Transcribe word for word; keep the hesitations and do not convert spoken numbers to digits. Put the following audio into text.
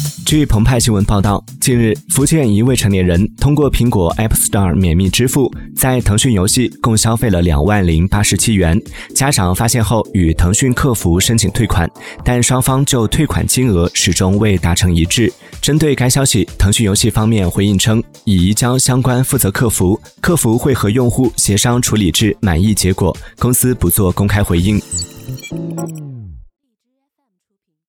据澎湃新闻报道，近日，福建一未成年人通过苹果 App Store 免密支付，在腾讯游戏共消费了两万零八十七元。家长发现后与腾讯客服申请退款，但双方就退款金额始终未达成一致。针对该消息，腾讯游戏方面回应称，已移交相关负责客服，客服会和用户协商处理至满意结果，公司不做公开回应。